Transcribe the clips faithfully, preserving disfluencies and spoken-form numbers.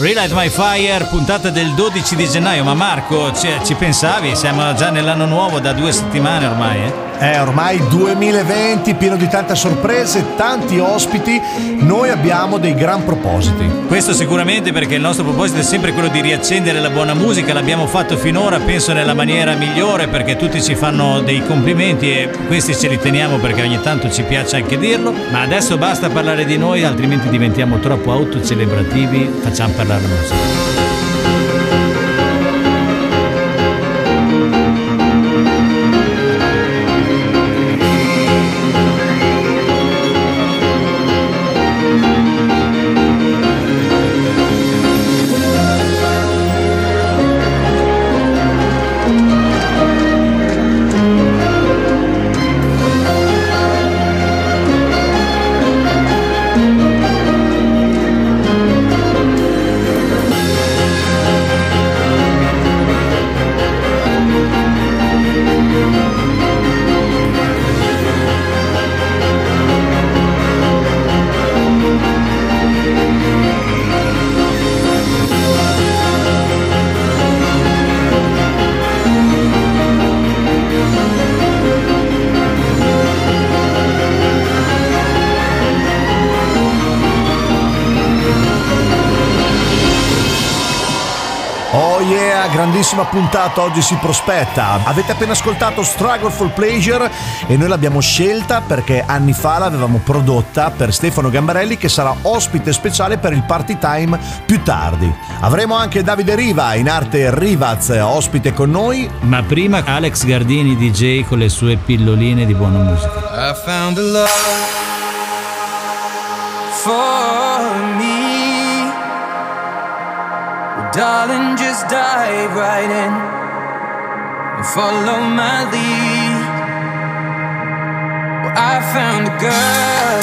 Relight My Fire, puntata del dodici di gennaio. Ma Marco, cioè, ci pensavi? Siamo già nell'anno nuovo da due settimane ormai, eh? Eh, ormai duemilaventi, pieno di tante sorprese, tanti ospiti. Noi abbiamo dei gran propositi. Questo sicuramente, perché il nostro proposito è sempre quello di riaccendere la buona musica. L'abbiamo fatto finora, penso nella maniera migliore, perché tutti ci fanno dei complimenti e questi ce li teniamo perché ogni tanto ci piace anche dirlo. Ma adesso basta parlare di noi, altrimenti diventiamo troppo autocelebrativi. Facciamo parlare la musica. Grandissima puntata oggi si prospetta. Avete appena ascoltato Struggle for Pleasure e noi l'abbiamo scelta perché anni fa l'avevamo prodotta per Stefano Gambarelli, che sarà ospite speciale per il Party Time più tardi. Avremo anche Davide Riva, in arte Rivaz, ospite con noi. Ma prima Alex Gardini D J con le sue pilloline di buona musica. I found a love for me. Darling, just dive right in and follow my lead. Well, I found a girl,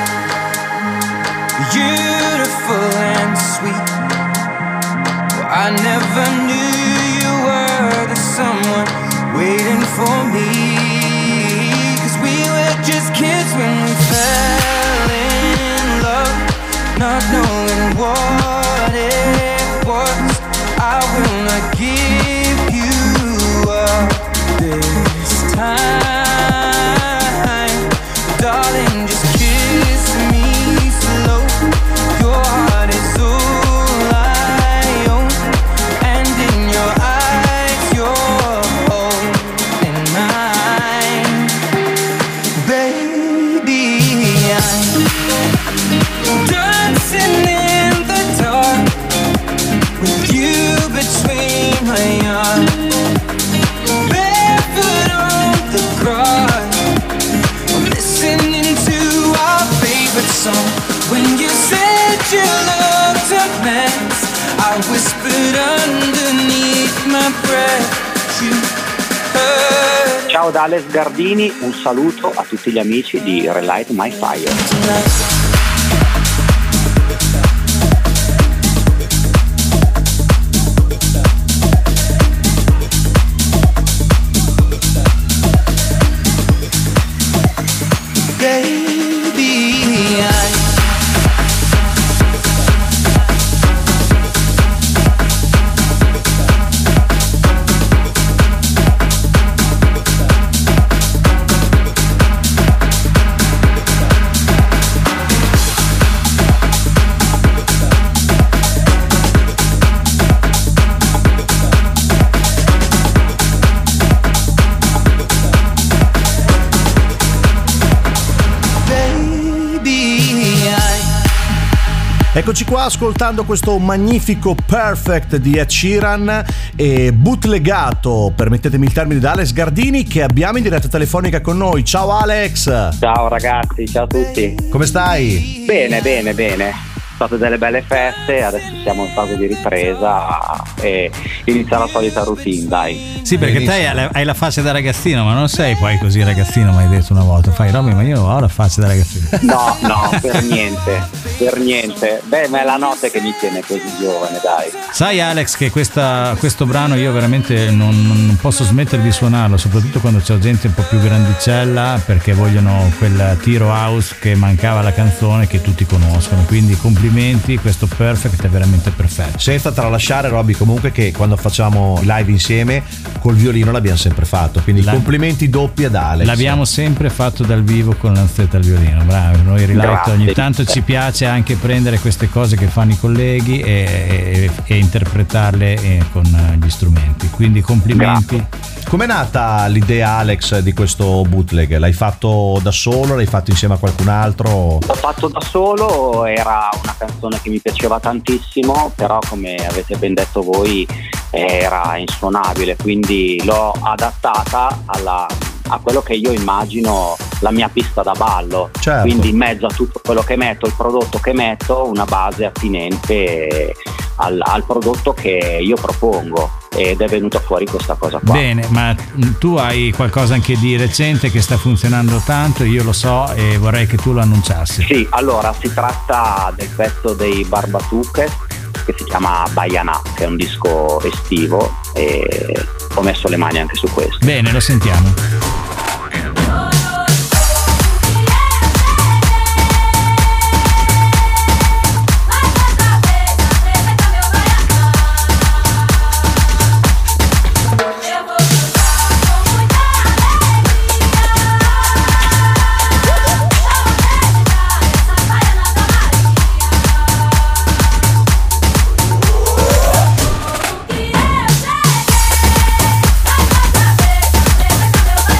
beautiful and sweet. Well, I never knew you were the someone waiting for me. 'Cause we were just kids when we fell in love, not knowing what it was. I will not give you up this time, darling, just kiss me slow. Your heart is all I own, and in your eyes you're holding mine. Baby, I'm dancing in the dark with you between my arms, barefoot on the grass. I'm listening to our favorite song. When you said you looked a mess, I whispered underneath my breath, you heard. Ciao da Alex Gardini, un saluto a tutti gli amici di Relight My Fire. Eccoci qua ascoltando questo magnifico Perfect di Ed Sheeran e bootlegato, permettetemi il termine, da Alex Gardini, che abbiamo in diretta telefonica con noi. Ciao Alex! Ciao ragazzi, ciao a tutti. Come stai? Bene, bene, bene. State delle belle feste, adesso siamo in fase di ripresa e inizia la solita routine, dai. Sì, perché te hai la, hai la faccia da ragazzino, ma non sei poi così ragazzino, mi hai detto una volta. Fai Romy, ma io ho la faccia da ragazzino. No, no, per niente, per niente. Beh, ma è la notte che mi tiene così giovane, dai. Sai Alex che questa, questo brano io veramente non, non posso smettere di suonarlo, soprattutto quando c'è gente un po' più grandicella, perché vogliono quel tiro house che mancava alla canzone, che tutti conoscono, quindi complimenti complimenti, questo perfect è veramente perfetto. Senza tralasciare, Robby, comunque, che quando facciamo live insieme col violino l'abbiamo sempre fatto, quindi La... complimenti doppi ad Alex. L'abbiamo sempre fatto dal vivo con l'anzetta al violino, bravo. Noi Relight ogni tanto ci piace anche prendere queste cose che fanno i colleghi e, e, e interpretarle con gli strumenti, quindi complimenti. Grazie. Com'è nata l'idea, Alex, di questo bootleg? L'hai fatto da solo? L'hai fatto insieme a qualcun altro? L'ho fatto da solo, era una canzone che mi piaceva tantissimo, però come avete ben detto voi era insuonabile, quindi l'ho adattata alla, a quello che io immagino la mia pista da ballo. Certo. Quindi in mezzo a tutto quello che metto, il prodotto che metto, una base attinente al, al prodotto che io propongo, ed è venuta fuori questa cosa qua. Bene, ma tu hai qualcosa anche di recente che sta funzionando tanto, io lo so e vorrei che tu lo annunciassi. Sì, allora si tratta del pezzo dei Barbatuques che si chiama Baiana, che è un disco estivo, e ho messo le mani anche su questo. Bene, lo sentiamo. Yeah.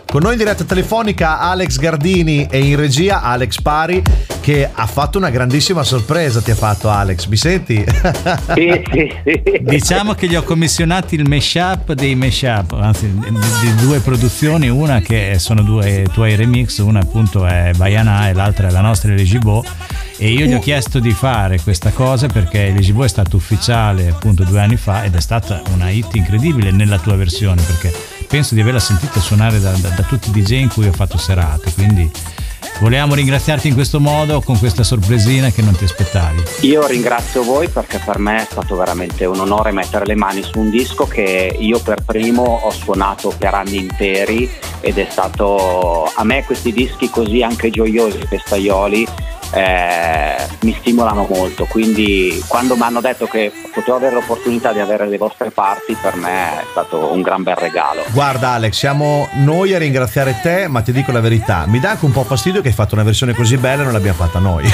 Con noi in diretta telefonica Alex Gardini e in regia Alex Pari, che ha fatto una grandissima sorpresa. Ti ha fatto, Alex, mi senti? Sì, sì, sì. Diciamo che gli ho commissionati il mashup dei mashup, anzi di, di due produzioni, una che sono due tuoi remix, una appunto è Baiana e l'altra è la nostra Legibo, e io gli ho chiesto di fare questa cosa perché Legibo è stato ufficiale appunto due anni fa ed è stata una hit incredibile nella tua versione, perché penso di averla sentita suonare da, da, da tutti i D J in cui ho fatto serate, quindi volevamo ringraziarti in questo modo con questa sorpresina che non ti aspettavi. Io ringrazio voi perché per me è stato veramente un onore mettere le mani su un disco che io per primo ho suonato per anni interi, ed è stato, a me questi dischi così anche gioiosi, festaioli, Eh, mi stimolano molto, quindi quando mi hanno detto che potevo avere l'opportunità di avere le vostre parti, per me è stato un gran bel regalo. Guarda Alex, siamo noi a ringraziare te, ma ti dico la verità, mi dà anche un po' fastidio che hai fatto una versione così bella e non l'abbiamo fatta noi.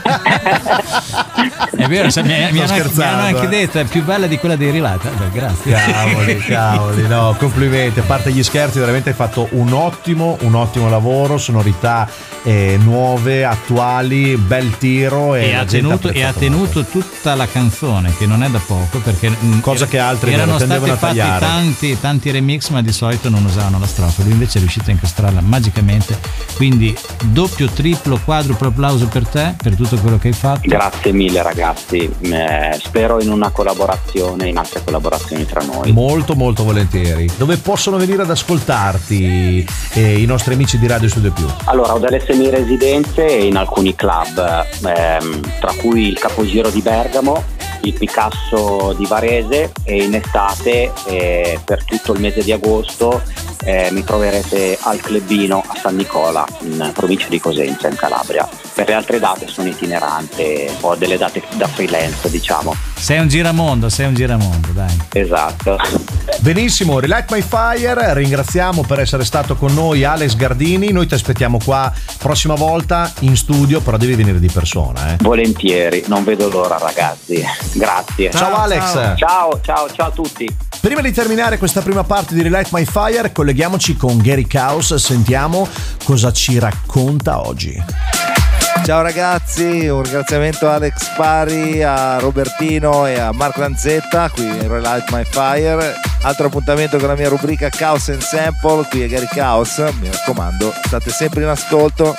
È vero, cioè, mi, mi, hanno, mi hanno anche eh. detto è più bella di quella dei Relata. Beh, grazie. Cavoli, cavoli, no, complimenti. A parte gli scherzi, veramente hai fatto un ottimo, un ottimo lavoro, sonorità eh, nuove, attuali, bel tiro e, e, ha tenuto, e ha tenuto tutta la canzone, che non è da poco, perché cosa che altri erano tendevano stati a fatti tagliare. tanti, tanti remix, ma di solito non usavano la strofa, lui invece è riuscito a incastrarla magicamente, quindi doppio, triplo, quadruplo applauso per te, per tutto quello che hai fatto. Grazie mille ragazzi, eh, spero in una collaborazione, in altre collaborazioni tra noi. Molto molto volentieri. Dove possono venire ad ascoltarti eh, i nostri amici di Radio Studio Più? Allora, ho delle semi-residenze in alcuni club, ehm, tra cui il Capogiro di Bergamo, il Picasso di Varese, e in estate eh, per tutto il mese di agosto eh, mi troverete al Clubino a San Nicola, in provincia di Cosenza, in Calabria. Per le altre date sono itinerante, ho delle date da freelance, diciamo. Sei un giramondo, sei un giramondo, dai. Esatto. Benissimo, Relight My Fire, ringraziamo per essere stato con noi Alex Gardini, noi ti aspettiamo qua prossima volta in studio, però devi venire di persona. Eh. Volentieri, non vedo l'ora ragazzi, grazie. Ciao, ciao Alex. Ciao, ciao, ciao, ciao a tutti. Prima di terminare questa prima parte di Relight My Fire, colleghiamoci con Gary Caos, sentiamo cosa ci racconta oggi. Ciao ragazzi, un ringraziamento a Alex Pari, a Robertino e a Marco Lanzetta qui in Relight My Fire. Altro appuntamento con la mia rubrica Chaos and Sample, qui è Gary Caos, mi raccomando, state sempre in ascolto.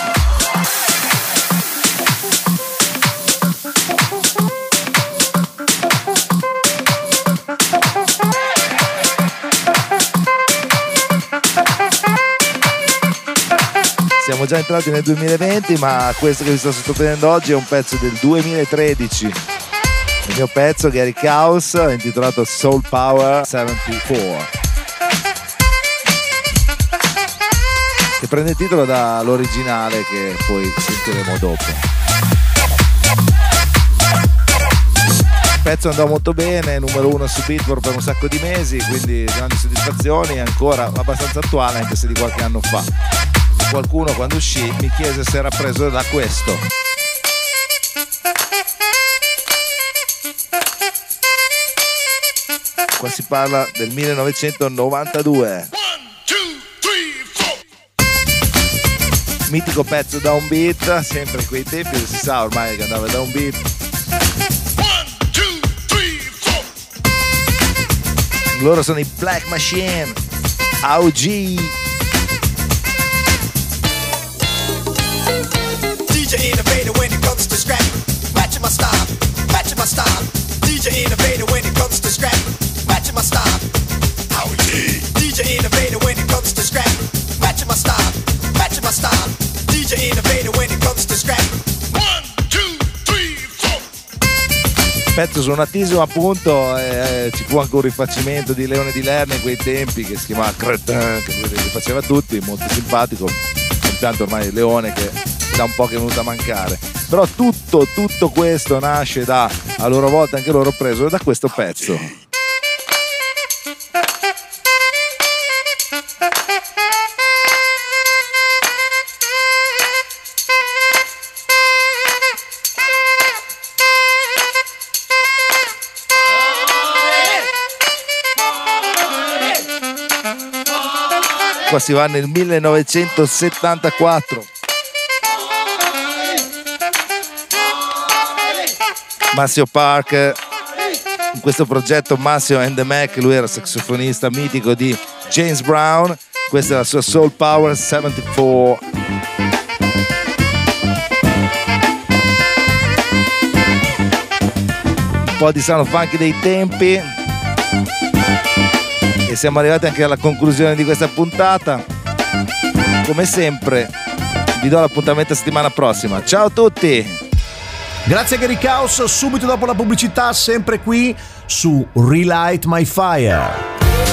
Siamo già entrati nel duemilaventi, ma questo che vi sto sottoponendo oggi è un pezzo del duemilatredici. Il mio pezzo, Gary Caos, intitolato Soul Power settantaquattro, che prende il titolo dall'originale che poi sentiremo dopo. Il pezzo andò molto bene, numero uno su Beatport per un sacco di mesi, quindi grandi soddisfazioni, è ancora abbastanza attuale anche se di qualche anno fa. Qualcuno quando uscì mi chiese se era preso da questo. Qua si parla del millenovecentonovantadue. Mitico pezzo Downbeat, sempre quei tempi, si sa ormai che andava Downbeat. Loro sono i Black Machine, A O G. D J innovator when it comes to scrap, matching my style, matching my style. D J innovator when it comes to scrap, matching my style. O G. D J innovator when it comes to scrap, matching my style, matching my style. D J innovator when it comes to scrap. One, two, three, four. Pezzo suonatissimo appunto, eh, ci fu anche un rifacimento di Leone di Lerna in quei tempi che si chiamava Cretin, che lui li faceva tutti, molto simpatico. Intanto ormai Leone che da un po' che è venuto a mancare, però tutto, tutto questo nasce da, a loro volta anche loro preso da questo pezzo. Qua si va nel millenovecentosettantaquattro. Maceo Park, in questo progetto Maceo and the Mac, lui era sassofonista mitico di James Brown. Questa è la sua Soul Power settantaquattro. Un po' di sound funky dei tempi e siamo arrivati anche alla conclusione di questa puntata. Come sempre vi do l'appuntamento la settimana prossima. Ciao a tutti. Grazie a Gary Caos, subito dopo la pubblicità, sempre qui su Relight My Fire.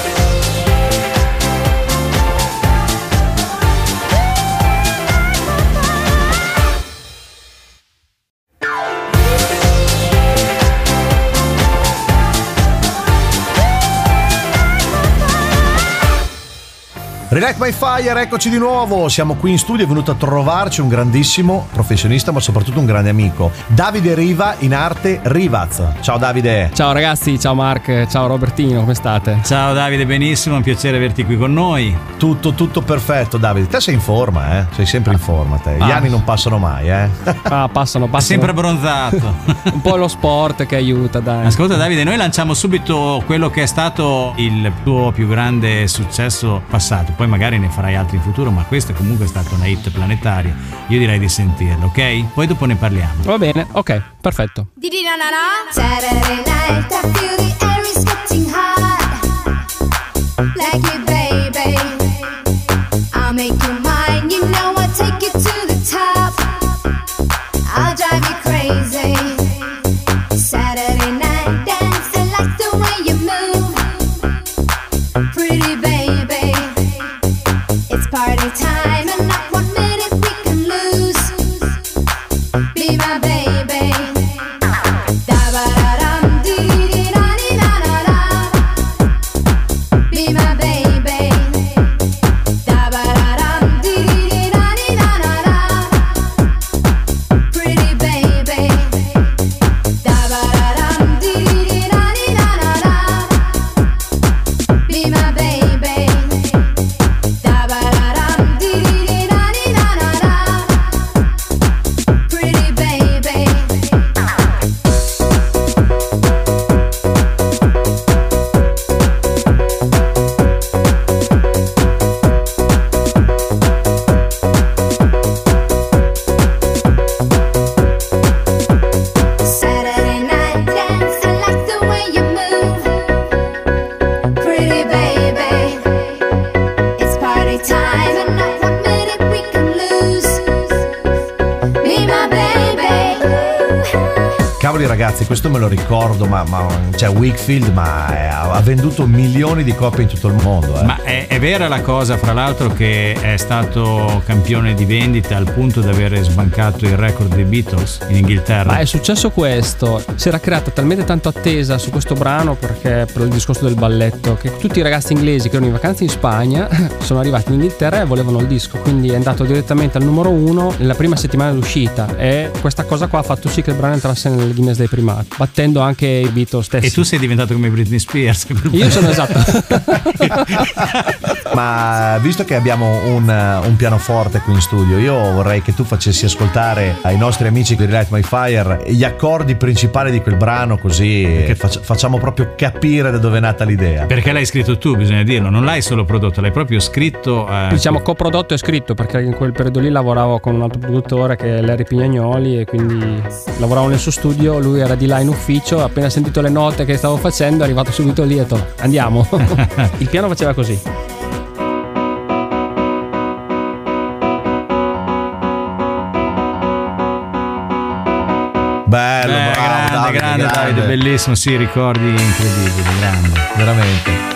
Relight My Fire, eccoci di nuovo, siamo qui in studio, è venuto a trovarci un grandissimo professionista ma soprattutto un grande amico, Davide Riva, in arte Rivaz. Ciao Davide. Ciao ragazzi, ciao Mark, ciao Robertino, come state? Ciao Davide, benissimo, un piacere averti qui con noi. Tutto, tutto perfetto Davide, te sei in forma, eh? Sei sempre in forma te, gli ah. anni non passano mai, eh? Ah, passano, passano. Sempre abbronzato. Un po' lo sport che aiuta, dai. Ascolta Davide, noi lanciamo subito quello che è stato il tuo più grande successo passato, poi magari ne farai altri in futuro, ma questo comunque è stato una hit planetaria. Io direi di sentirlo, ok? Poi dopo ne parliamo. Va bene, ok, perfetto. Saturday night, I feel the air is getting hot. Like me, baby, I'll make you mine. You know I'll take you to the top. I'll drive you crazy. Saturday night dance, I like the way you move. Pretty baby, it's party time and not one minute we can lose. Be my baby. Da-ba-da-dum, dee-dee-da-dee-da-da-da. Be my baby. Da-ba-da-dum, dee-dee-da-dee-da-da-da. Pretty baby. Da-ba-da-dum, dee-dee-da-dee-da-da-da. Be my baby. Da-ba-da-dum, dee-dee-da-dee-da-da-da. Pretty baby. Saturday night dance, I like the way you move. Pretty baby, it's party time and not one minute we can lose. Be my baby. Cavoli ragazzi, questo me lo ricordo, ma, ma cioè Wakefield ma è- ha venduto milioni di copie in tutto il mondo, eh. Ma è, è vera la cosa, fra l'altro, che è stato campione di vendita al punto di aver sbancato il record dei Beatles in Inghilterra. Ma è successo questo, si era creata talmente tanto attesa su questo brano, perché per il discorso del balletto, che tutti i ragazzi inglesi che erano in vacanza in Spagna sono arrivati in Inghilterra e volevano il disco, quindi è andato direttamente al numero uno nella prima settimana d'uscita, e questa cosa qua ha fatto sì che il brano entrasse nel Guinness dei primati, battendo anche i Beatles stessi. E tu sei diventato come Britney Spears. Io sono esatto. Ma visto che abbiamo un, un pianoforte qui in studio, io vorrei che tu facessi ascoltare ai nostri amici di Relight My Fire gli accordi principali di quel brano, così fac- facciamo proprio capire da dove è nata l'idea. Perché l'hai scritto tu, bisogna dirlo, non l'hai solo prodotto, l'hai proprio scritto. eh, Diciamo coprodotto e scritto, perché in quel periodo lì lavoravo con un altro produttore che è Larry Pignanoli, e quindi lavoravo nel suo studio, lui era di là in ufficio, appena sentito le note che stavo facendo è arrivato subito lì e ha detto andiamo. Il piano faceva così. Bello, eh, bravo, grande, Davide, grande Davide, bellissimo, sì, ricordi incredibili, grande. veramente.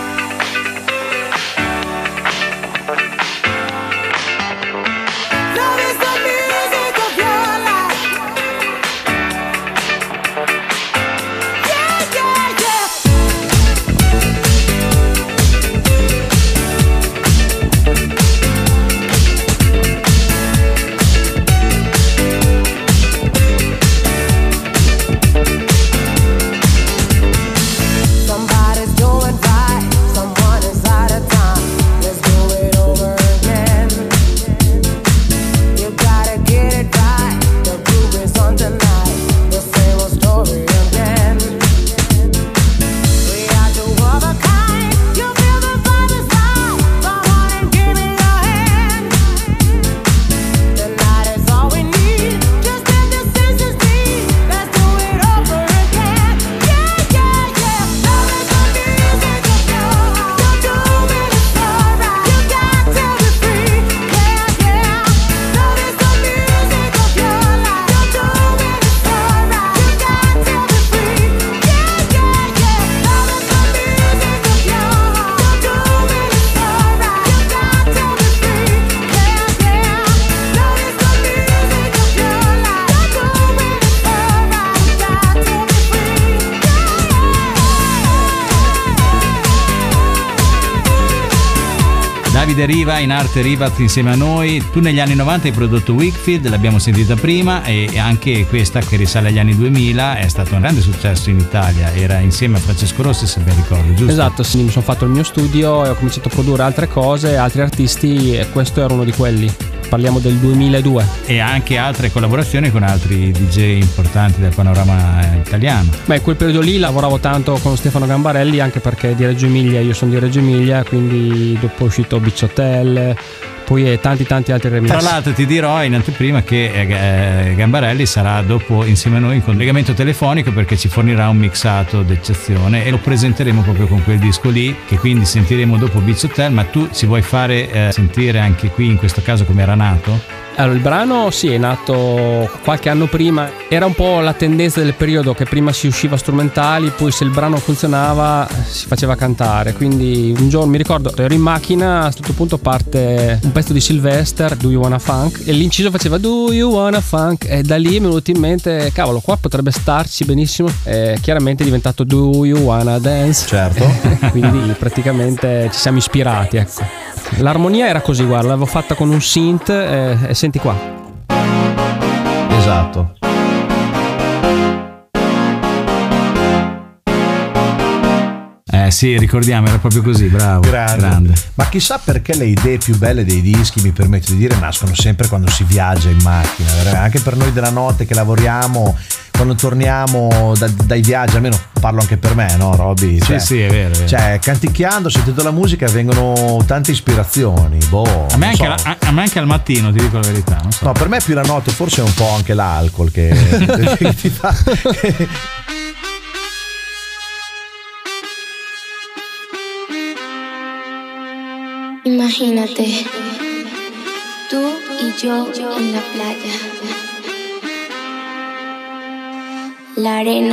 Love is the music of your life. Yeah, yeah, yeah. Somebody's doing right. Davide Riva, in arte Rivat insieme a noi. Tu negli anni novanta hai prodotto Wakefield, l'abbiamo sentita prima, e anche questa che risale agli anni duemila è stato un grande successo in Italia, era insieme a Francesco Rossi, se ben ricordo, giusto? Esatto, sì, mi sono fatto il mio studio e ho cominciato a produrre altre cose, altri artisti, e questo era uno di quelli. Parliamo del duemiladue. E anche altre collaborazioni con altri D J importanti del panorama italiano. Beh, in quel periodo lì lavoravo tanto con Stefano Gambarelli, anche perché di Reggio Emilia, io sono di Reggio Emilia, quindi dopo è uscito Beach Hotel, poi tanti tanti altri remix. Tra l'altro ti dirò in anteprima che eh, Gambarelli sarà dopo insieme a noi in collegamento telefonico, perché ci fornirà un mixato d'eccezione e lo presenteremo proprio con quel disco lì, che quindi sentiremo dopo Beach Hotel. Ma tu ci vuoi fare eh, sentire anche qui in questo caso come era nato? Allora, il brano sì, è nato qualche anno prima, era un po' la tendenza del periodo che prima si usciva strumentali, poi se il brano funzionava si faceva cantare, quindi un giorno mi ricordo ero in macchina, a un certo punto parte un pezzo di Sylvester, Do You Wanna Funk, e l'inciso faceva Do You Wanna Funk, e da lì mi è venuto in mente, cavolo, qua potrebbe starci benissimo, e chiaramente è diventato Do You Wanna Dance, certo. Quindi praticamente ci siamo ispirati, ecco. L'armonia era così, guarda, l'avevo fatta con un synth e, e senti qua. Esatto. Eh sì, ricordiamo, era proprio così, bravo. Grande. Grande. Ma chissà perché le idee più belle dei dischi, mi permetto di dire, nascono sempre quando si viaggia in macchina. Anche per noi della notte che lavoriamo, quando torniamo da, dai viaggi, almeno parlo anche per me, no Robby? Cioè, sì, sì, è vero, è vero. Cioè, canticchiando, sentendo la musica, vengono tante ispirazioni. Boh, a, me anche so. la, a, a me anche al mattino, ti dico la verità. Non so. No, per me è più la notte, forse è un po' anche l'alcol che, che ti fa. Imagínate, tú y yo en la playa, la arena,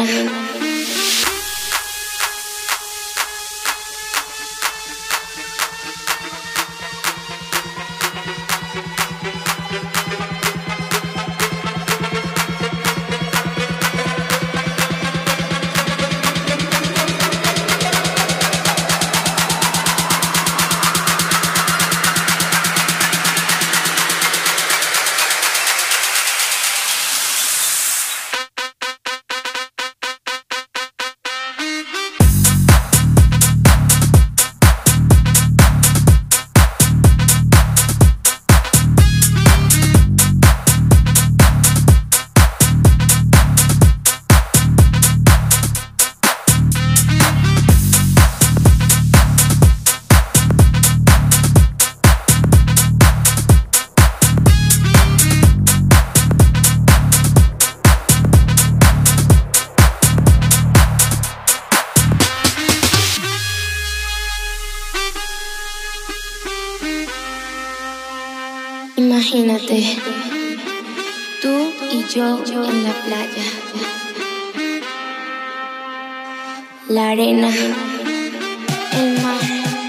imagínate, tú y yo en la playa, la arena, el mar,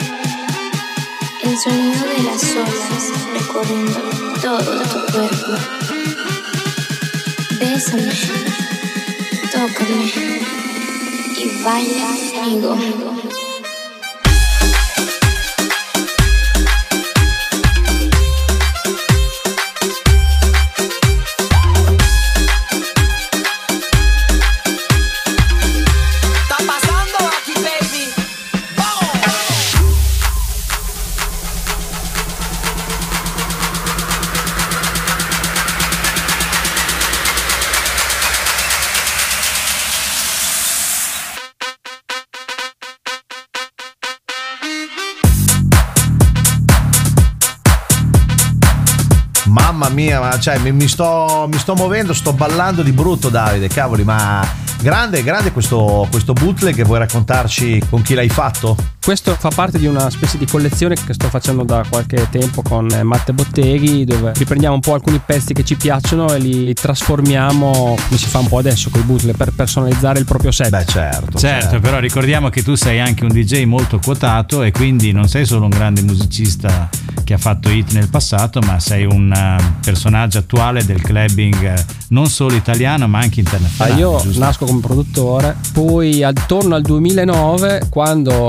el sonido de las olas recorriendo todo tu cuerpo. Bésame, tócame y baila conmigo. Mamma mia, ma cioè mi, mi, sto, mi sto muovendo, sto ballando di brutto, Davide, cavoli, ma grande, grande questo, questo bootleg che vuoi raccontarci con chi l'hai fatto? Questo fa parte di una specie di collezione che sto facendo da qualche tempo con Matte Botteghi, dove riprendiamo un po' alcuni pezzi che ci piacciono e li, li trasformiamo, come si fa un po' adesso con i bootleg, per personalizzare il proprio set. Beh certo, certo, certo. Però ricordiamo che tu sei anche un D J molto quotato e quindi non sei solo un grande musicista che ha fatto hit nel passato, ma sei un uh, personaggio attuale del clubbing uh, non solo italiano ma anche internazionale. Ah, io giusto? Nasco come produttore, poi attorno al duemilanove, quando le royalty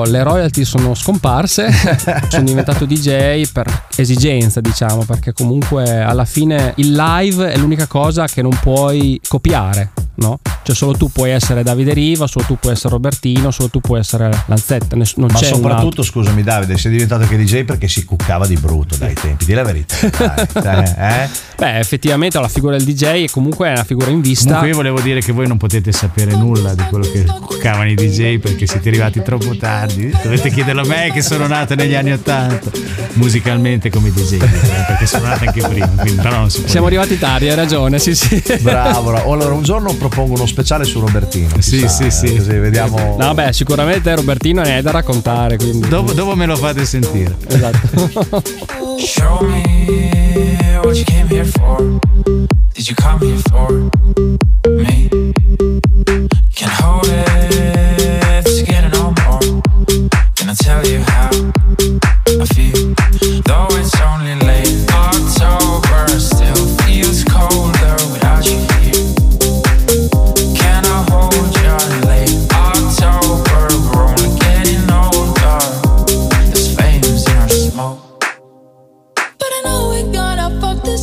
royalty sono scomparse. Sono diventato D J per esigenza, diciamo, perché comunque alla fine il live è l'unica cosa che non puoi copiare, no? Cioè solo tu puoi essere Davide Riva, solo tu puoi essere Robertino, solo tu puoi essere Lanzetta, ness- non Ma c'è soprattutto, scusami Davide, sei diventato anche D J perché si cuccava di brutto dai tempi, di la verità. Dai, dai, eh? Beh, effettivamente la figura del D J è comunque una figura in vista. Comunque io volevo dire che voi non potete sapere nulla di quello che cuccavano i D J perché siete arrivati troppo tardi. Dovete chiederlo a me che sono nato negli anni ottanta musicalmente come D J, perché sono nato anche prima, quindi però non si può Siamo dire. arrivati tardi, hai ragione, sì sì. Bravo, bravo. Allora un giorno propongo uno speciale su Robertino. Sì, chissà, sì, eh, sì. Così vediamo. No, beh, sicuramente Robertino ne è da raccontare, quindi. Dopo, dopo me lo fate sentire. Esatto. Show me what you came here for. Did you come here for me? Can't hold it to get no more. Can I tell you how I feel? Though it's only late October, still feels colder without you here. Can I hold you late October? We're only getting older. There's flames in our smoke. But I know we're gonna fuck this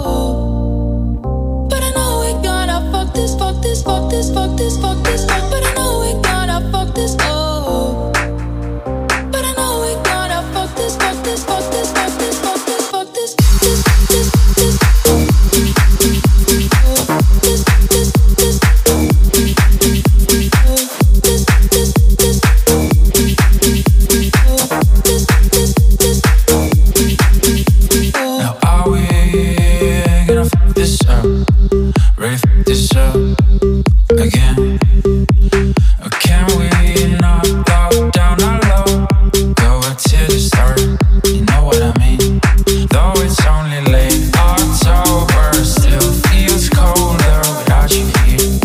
up. But I know we're gonna fuck this, fuck this, fuck this, fuck this, fuck this up. But I know we're gonna fuck this up. But I know we're gonna fuck this, fuck this, fuck this, fuck this, fuck this, fuck this, this, this, this. Now are we gonna fuck this up? Ready to fuck this up again? Or can we not go down our low? Go back to the start, you know what I mean? Though it's only late October, still feels colder without you here.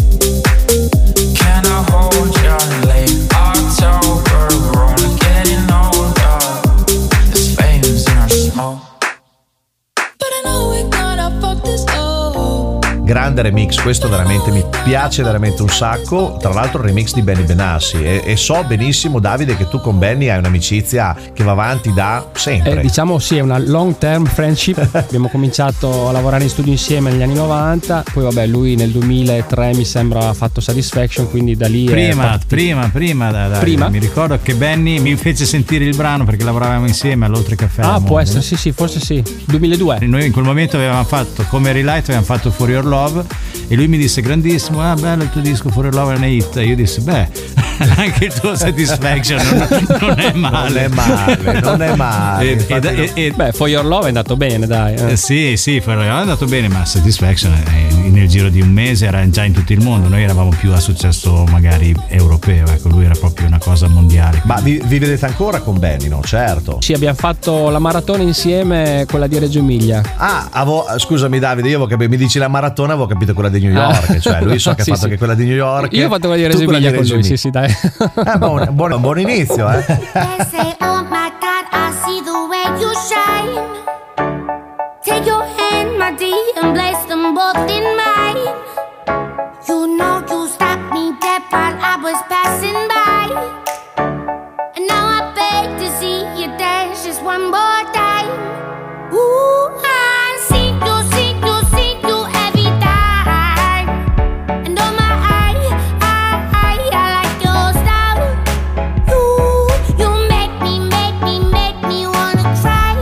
Can I hold you late October? We're only getting older. There's flames in our smoke. But I know we're gonna fuck this up. Grande remix, questo veramente mi piace veramente un sacco. Tra l'altro il remix di Benny Benassi e, e so benissimo Davide che tu con Benny hai un'amicizia che va avanti da sempre. Eh, diciamo sì, è una long term friendship. Abbiamo cominciato a lavorare in studio insieme negli anni novanta, poi vabbè lui nel duemilatré mi sembra ha fatto Satisfaction, quindi da lì è Prima, partito. prima, prima, da, da, Prima? mi ricordo che Benny mi fece sentire il brano perché lavoravamo insieme all'Oltre Caffè. Ah, Amore. può essere, sì sì, forse sì, duemiladue. Noi in quel momento avevamo fatto come Relight, avevamo fatto For Your Love e lui mi disse grandissimo, ah bello il tuo disco For Your Love è una hit. Io dissi beh anche il tuo Satisfaction non, non è male, Non è male, non è male. E- Infatti e- e- e- Beh, For Your Love è andato bene, dai. eh. Eh, sì, sì, For Your Love è andato bene, ma Satisfaction eh, nel giro di un mese era già in tutto il mondo. Noi eravamo più a successo magari europeo, ecco, lui era proprio una cosa mondiale. Ma vi, vi vedete ancora con Benny, no? Certo. Sì, abbiamo fatto la maratona insieme, quella di Reggio Emilia. Ah, avevo- scusami Davide, io avevo capito, mi dici la maratona, avevo capito quella di New York, cioè lui so che ha Sì, fatto sì. anche quella di New York. Io ho fatto quella di tu Reggio quella Emilia con Reggio lui, sì Emilia. sì, dai. Eh, buon, buon, buon inizio, eh. They say, oh my God, I see the way you shine. Take your hand, my dear, and place them both in mine. You know you stopped me dead while I was passing by. And now I beg to see you dance just one more time. Ooh, I see you, see you, see you every time. And oh my, I, I, I, I like your style. You, you make me, make me, make me wanna cry.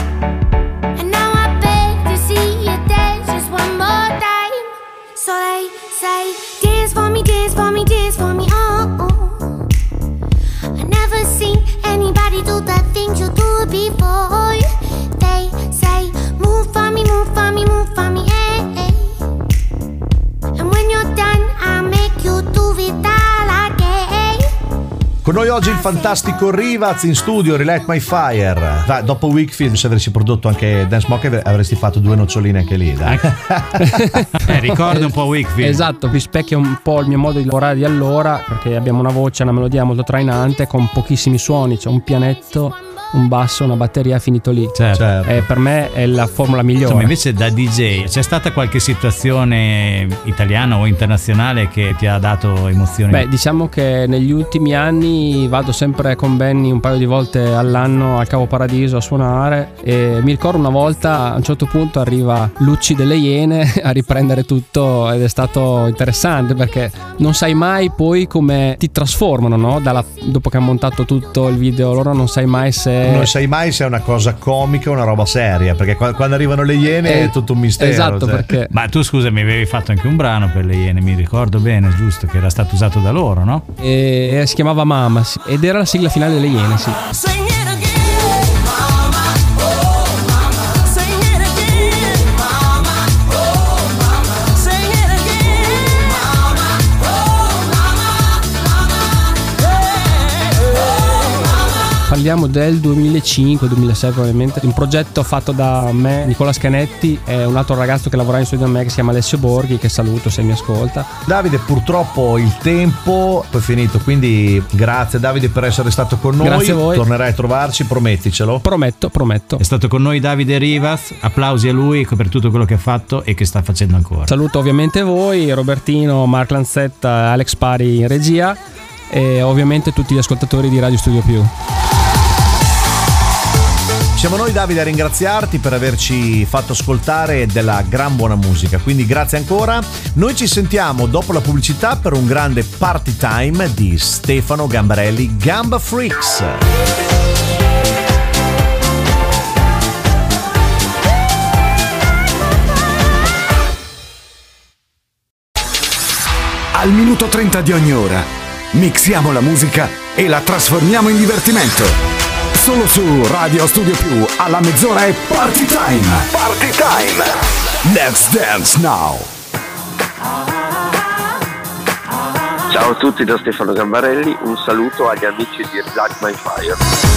And now I beg to see you dance just one more time. So they say, dance for me, dance for me, dance for me, oh, oh. I never seen anybody do the things you do before. They say, move for me, move for me, move for me, eh, eh. And when you're done, I'll make you do it all again. Con noi oggi il fantastico Rivaz in studio, Relight My Fire. Va, dopo Wakefield, se avessi prodotto anche Dance Monkey, avresti fatto due noccioline anche lì, dai. Eh, ricorda un po' Wakefield. Esatto, rispecchia un po' il mio modo di lavorare di allora, perché abbiamo una voce, una melodia molto trainante con pochissimi suoni, c'è un pianetto un basso, una batteria, finito lì. Certo. Certo. Eh, per me è la formula migliore. Insomma, invece da D J c'è stata qualche situazione italiana o internazionale che ti ha dato emozioni? Beh, diciamo che negli ultimi anni vado sempre con Benny un paio di volte all'anno al Cavo Paradiso a suonare, e mi ricordo una volta a un certo punto arriva Lucci delle Iene a riprendere tutto, ed è stato interessante perché non sai mai poi come ti trasformano, no? Dalla, dopo che hanno montato tutto il video loro, non sai mai se Non sai mai se è una cosa comica o una roba seria, perché qua- quando arrivano le Iene Eh, è tutto un mistero. esatto, cioè. perché Ma tu scusami, avevi fatto anche un brano per le Iene, mi ricordo bene, giusto, che era stato usato da loro, no? e, e si chiamava Mama, sì, ed era la sigla finale delle Iene, sì. Sing it again, mama. Oh, mama. Sing it again, mama. Oh, mama. Sing it again, mama. Oh, mama. Mama. Hey, oh, mama. Parliamo del duemilacinque duemilasei probabilmente, un progetto fatto da me, Nicola Scanetti, e un altro ragazzo che lavora in studio da me che si chiama Alessio Borghi, che saluto se mi ascolta. Davide, purtroppo il tempo è finito, quindi grazie Davide per essere stato con noi. Grazie a voi. Tornerai a trovarci, prometticelo. Prometto, prometto. È stato con noi Davide Rivas, applausi a lui per tutto quello che ha fatto e che sta facendo ancora. Saluto ovviamente voi, Robertino, Mark Lanzetta, Alex Pari in regia, e ovviamente tutti gli ascoltatori di Radio Studio Più. Siamo noi Davide a ringraziarti per averci fatto ascoltare della gran buona musica, quindi grazie ancora. Noi ci sentiamo dopo la pubblicità per un grande party time di Stefano Gambarelli, Gamba Freaks. Al minuto trenta di ogni ora mixiamo la musica e la trasformiamo in divertimento. Solo su Radio Studio Più alla mezz'ora è Party Time. Party Time. Let's dance now. Ciao a tutti da Stefano Gambarelli, un saluto agli amici di Light My Fire.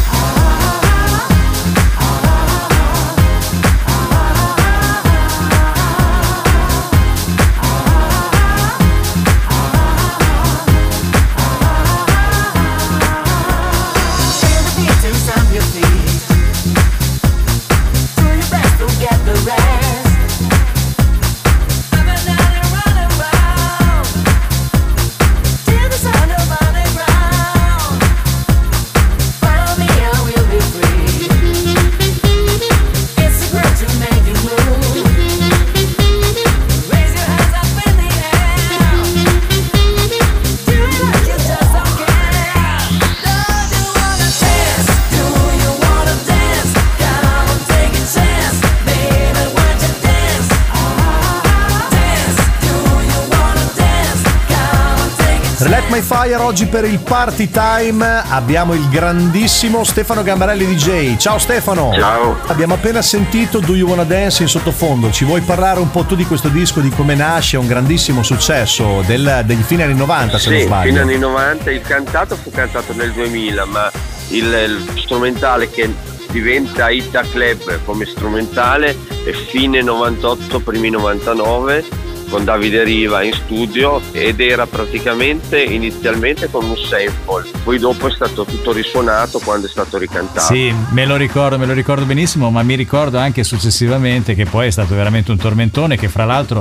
Let My Fire oggi per il Party Time abbiamo il grandissimo Stefano Gambarelli D J. Ciao Stefano. Ciao. Abbiamo appena sentito Do You Wanna Dance in sottofondo. Ci vuoi parlare un po' tu di questo disco, di come nasce? Un grandissimo successo del, degli fine anni novanta, se sì, non sbaglio. fine anni novanta. Il cantato fu cantato nel duemila, ma il, il strumentale che diventa Ita Club come strumentale è fine novantotto, primi novantanove, con Davide Riva in studio, ed era praticamente inizialmente con un sample, poi dopo è stato tutto risuonato quando è stato ricantato. Sì, me lo ricordo, me lo ricordo benissimo, ma mi ricordo anche successivamente che poi è stato veramente un tormentone, che fra l'altro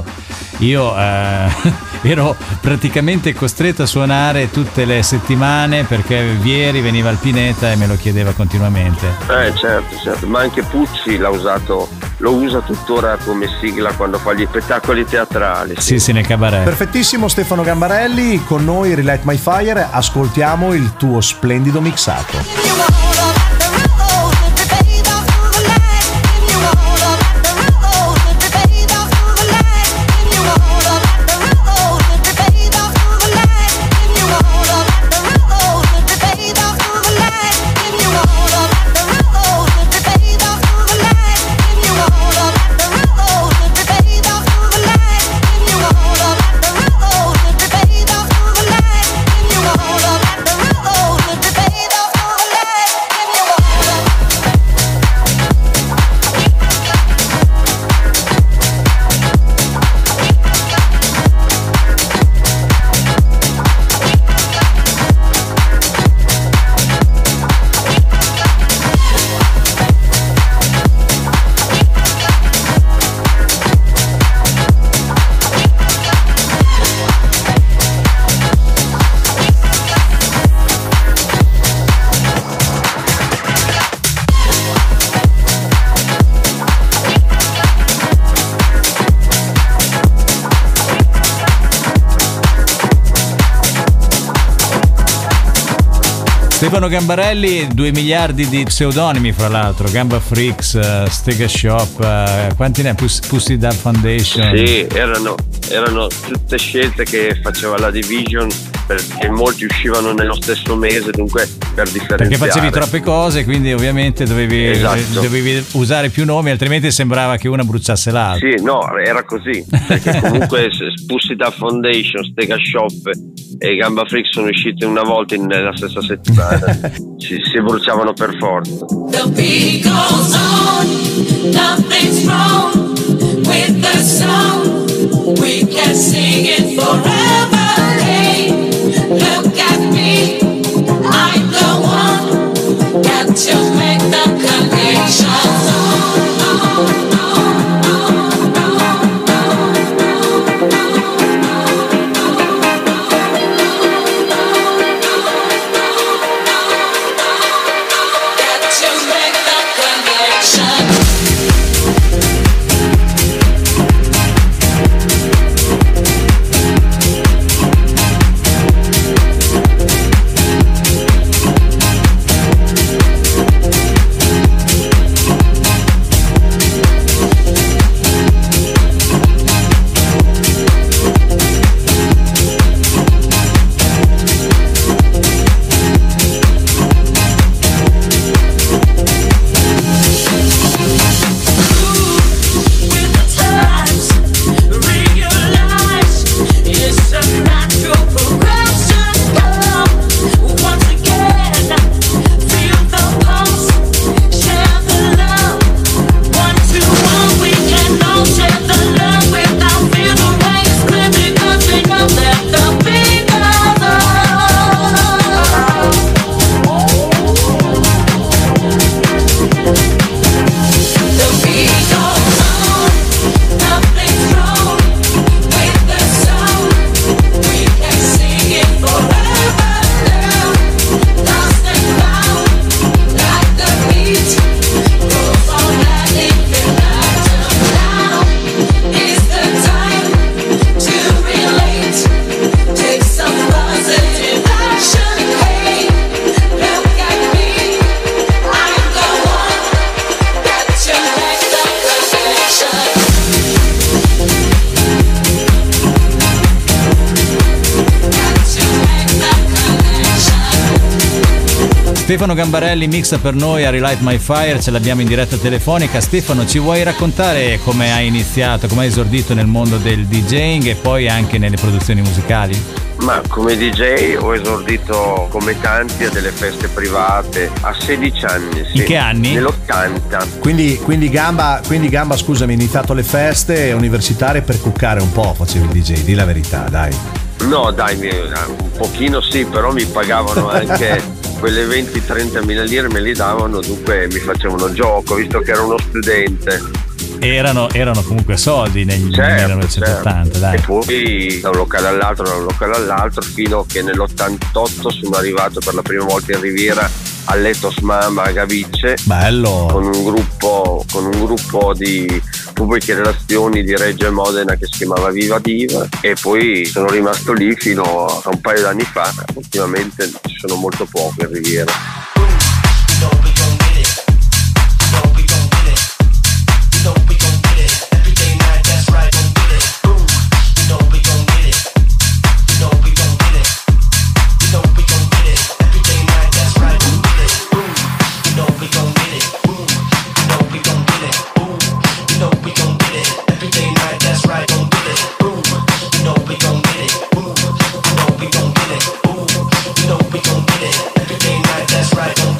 io eh, ero praticamente costretto a suonare tutte le settimane perché Vieri veniva al Pineta e me lo chiedeva continuamente. Eh certo, certo, ma anche Pucci l'ha usato, lo usa tuttora come sigla quando fa gli spettacoli teatrali. Sì, sì, sì, nel cabaret. Perfettissimo Stefano Gambarelli, con noi Relight My Fire, ascoltiamo il tuo splendido mixato. Stefano Gambarelli, due miliardi di pseudonimi fra l'altro, Gamba Freaks, uh, Stega Shop, uh, quanti ne? Puss- Pussy Dub Foundation. Sì, erano, erano tutte scelte che faceva la Division perché molti uscivano nello stesso mese, dunque per differenziare. Perché facevi troppe cose, quindi ovviamente dovevi, Esatto. dovevi usare più nomi, altrimenti sembrava che una bruciasse l'altra. Sì, no, era così, perché comunque Pussy Dub Foundation, Stega Shop e Gamba Freak sono usciti una volta in- nella stessa settimana. si, si bruciavano per forza. The beat goes on, nothing's wrong with the song. We can sing it forever. Hey, look at me, I'm the one. Got to make the connection. Stefano Gambarelli mixa per noi a Relight My Fire, ce l'abbiamo in diretta telefonica. Stefano, ci vuoi raccontare come hai iniziato, come hai esordito nel mondo del DJing e poi anche nelle produzioni musicali? Ma come D J ho esordito come tanti a delle feste private a sedici anni. Sì. In che anni? Nell'ottanta. Quindi, quindi, Gamba, quindi Gamba, scusami, hai iniziato le feste universitarie per cuccare un po', facevi il D J, di la verità, dai. No, dai, mi- un pochino sì, però mi pagavano anche quelle venti trenta mila lire, me li davano, dunque mi facevano gioco, visto che ero uno studente. Erano, erano comunque soldi negli Certo, millenovecentottanta, certo. dai. E poi da un locale all'altro, da un locale all'altro, fino che nell'ottantotto sono arrivato per la prima volta in Riviera all'Ethos Mamba a Gavice. Bello. Con un gruppo, con un gruppo di pubbliche relazioni di Reggio e Modena che si chiamava Viva Diva, e poi sono rimasto lì fino a un paio d'anni fa. Ultimamente ci sono molto poco in Riviera. Right.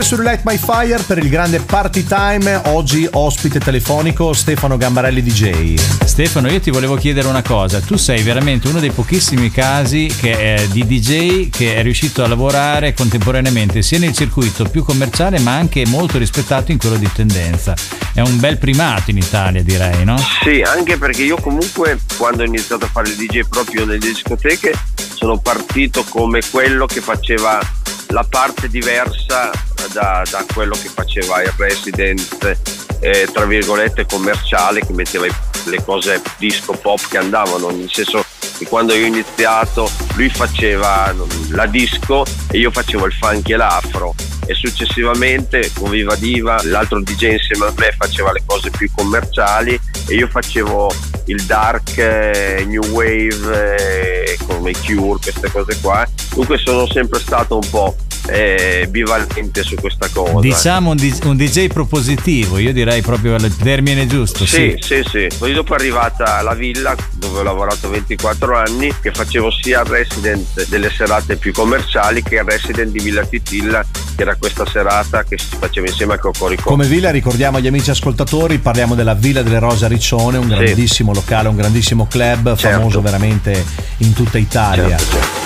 Thanks to Light My Fire per il grande Party Time. Oggi ospite telefonico Stefano Gambarelli D J. Stefano, io ti volevo chiedere una cosa. Tu sei veramente uno dei pochissimi casi che è di D J che è riuscito a lavorare contemporaneamente sia nel circuito più commerciale ma anche molto rispettato in quello di tendenza. È un bel primato in Italia, direi, no? Sì, anche perché io comunque quando ho iniziato a fare il D J proprio nelle discoteche sono partito come quello che faceva la parte diversa da, da quello che faceva il resident eh, tra virgolette commerciale, che metteva le cose disco pop che andavano, nel senso che quando io ho iniziato lui faceva la disco e io facevo il funky e l'afro, e successivamente con Viva Diva l'altro D J insieme a me faceva le cose più commerciali e io facevo il dark, eh, new wave, eh, come i Cure, queste cose qua. Dunque sono sempre stato un po' eh, bivalente su questa cosa. Diciamo un, D- un D J propositivo, io direi proprio il termine giusto. Sì, sì, sì, sì. Poi dopo è arrivata la Villa, dove ho lavorato ventiquattro anni, che facevo sia il resident delle serate più commerciali che il resident di Villa Titilla, che era questa serata che si faceva insieme a Cocorico. Come Villa, ricordiamo agli amici ascoltatori, parliamo della Villa delle Rose a Riccione, un grandissimo sì. locale, un grandissimo club, certo. famoso veramente in tutta Italia. Certo, certo.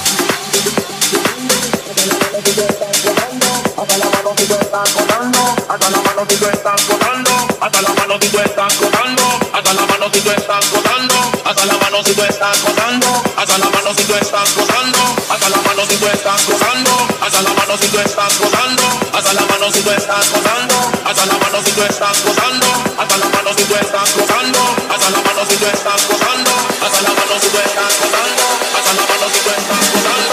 Hasta la mano si tú estás gozando, hasta la mano si tú estás gozando, hasta la mano si tú estás gozando, hasta la mano si tú estás gozando, hasta la mano si tú estás gozando, hasta la mano si tú estás gozando, hasta la mano si tú estás gozando, hasta la mano si tú estás gozando, hasta la mano si tú estás gozando, hasta la mano si tú estás gozando, hasta la mano si tú estás gozando, hasta la mano si tú estás gozando, hasta la mano si tú estás gozando.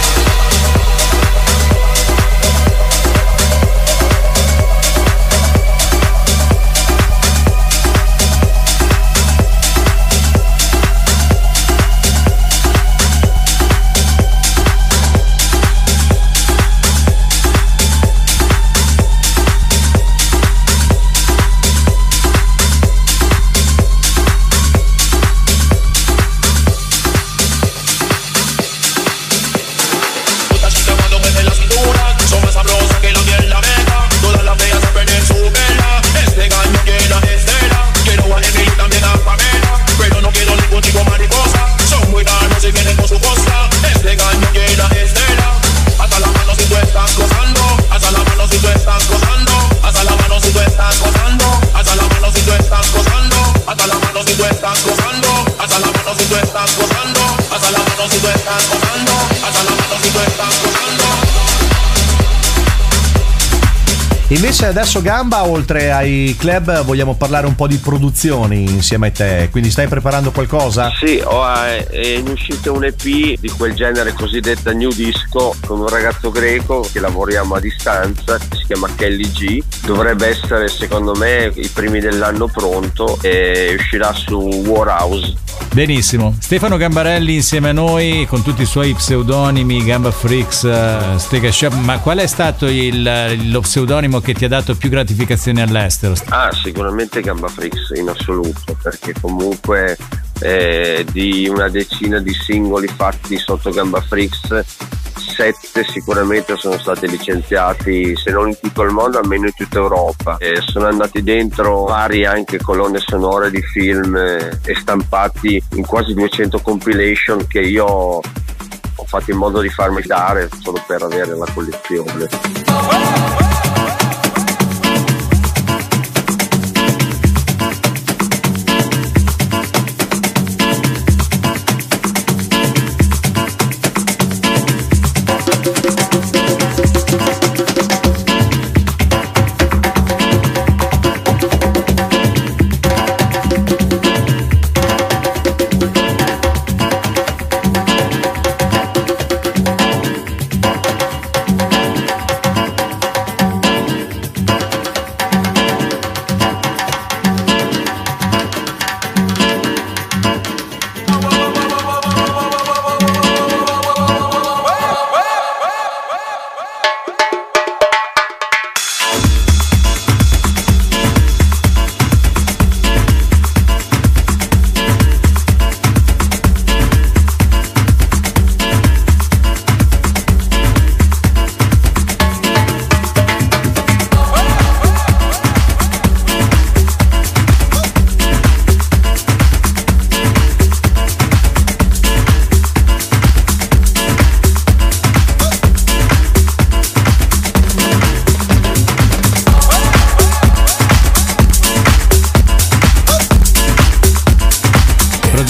Invece adesso Gamba, oltre ai club vogliamo parlare un po' di produzioni insieme a te, quindi stai preparando qualcosa? Sì, ho, è in uscita un E P di quel genere cosiddetta new disco con un ragazzo greco che lavoriamo a distanza, si chiama Kelly G, dovrebbe essere secondo me i primi dell'anno pronto e uscirà su Warhouse. Benissimo, Stefano Gambarelli insieme a noi con tutti i suoi pseudonimi, Gamba Freaks, uh, Stega Shop, ma qual è stato il, lo pseudonimo che ti ha dato più gratificazioni all'estero? Ah, sicuramente Gamba Freaks in assoluto, perché comunque eh, di una decina di singoli fatti sotto Gamba Freaks, sette sicuramente sono stati licenziati, se non in tutto il mondo almeno in tutta Europa, e sono andati dentro varie anche colonne sonore di film eh, e stampati in quasi duecento compilation che io ho fatto in modo di farmi dare solo per avere la collezione.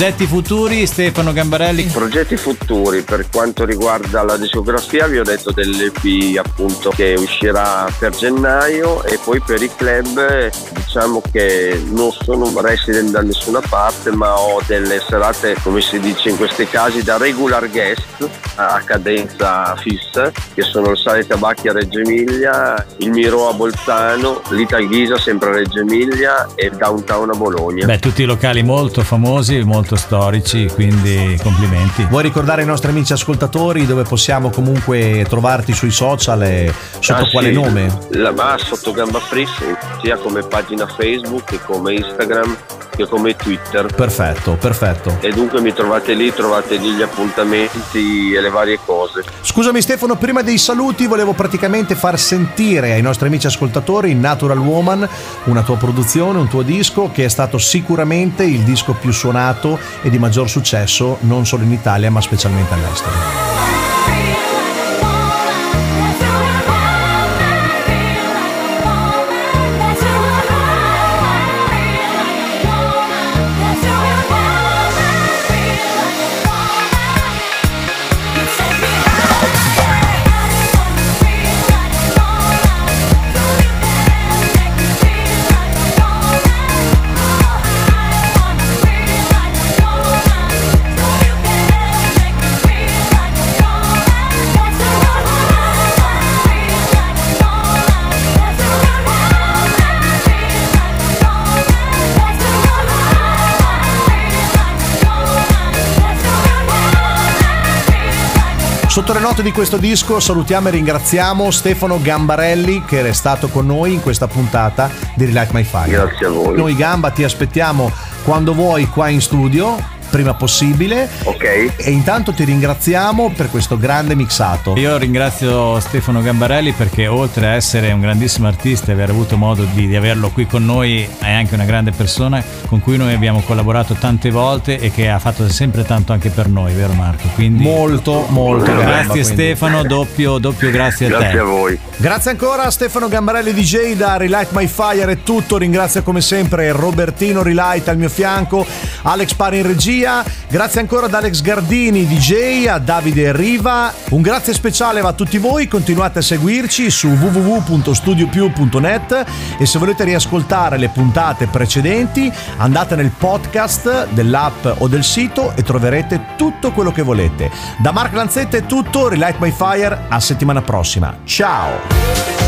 Progetti futuri, Stefano Gambarelli? Progetti futuri per quanto riguarda la discografia, vi ho detto dell'E P appunto che uscirà per gennaio, e poi per i club diciamo che non sono resident da nessuna parte, ma ho delle serate, come si dice in questi casi, da regular guest a cadenza fissa, che sono il Sale Tabacchi a Reggio Emilia, il Miro a Bolzano, l'Ital Ghisa sempre a Reggio Emilia e Downtown a Bologna. Beh, tutti i locali molto famosi, molto storici, quindi complimenti. Vuoi ricordare ai nostri amici ascoltatori dove possiamo comunque trovarti sui social e sotto Ah, quale sì, nome? La ma sotto Gamba Free, sia come pagina Facebook che come Instagram che come Twitter. Perfetto, perfetto. E dunque mi trovate lì, trovate lì gli appuntamenti e le varie cose. Scusami Stefano, prima dei saluti volevo praticamente far sentire ai nostri amici ascoltatori Natural Woman, una tua produzione, un tuo disco che è stato sicuramente il disco più suonato e di maggior successo non solo in Italia ma specialmente all'estero. Sotto le note di questo disco salutiamo e ringraziamo Stefano Gambarelli che è stato con noi in questa puntata di Relight My Fire. Grazie a voi. Noi Gamba ti aspettiamo quando vuoi qua in studio, prima possibile. Ok. E intanto ti ringraziamo per questo grande mixato. Io ringrazio Stefano Gambarelli perché oltre a essere un grandissimo artista e aver avuto modo di, di averlo qui con noi, è anche una grande persona con cui noi abbiamo collaborato tante volte e che ha fatto sempre tanto anche per noi, vero Marco? Quindi molto molto grazie Gamba, quindi. Stefano, doppio, doppio grazie a te. Grazie a voi. Grazie ancora a Stefano Gambarelli D J da Relight My Fire, è tutto. Ringrazio come sempre Robertino Relight al mio fianco, Alex Pari in regia. Grazie ancora ad Alex Gardini D J, a Davide Riva. Un grazie speciale va a tutti voi. Continuate a seguirci su w w w punto studio più punto net e se volete riascoltare le puntate precedenti andate nel podcast dell'app o del sito e troverete tutto quello che volete. Da Mark Lanzetta è tutto. Relight My Fire, a settimana prossima. Ciao.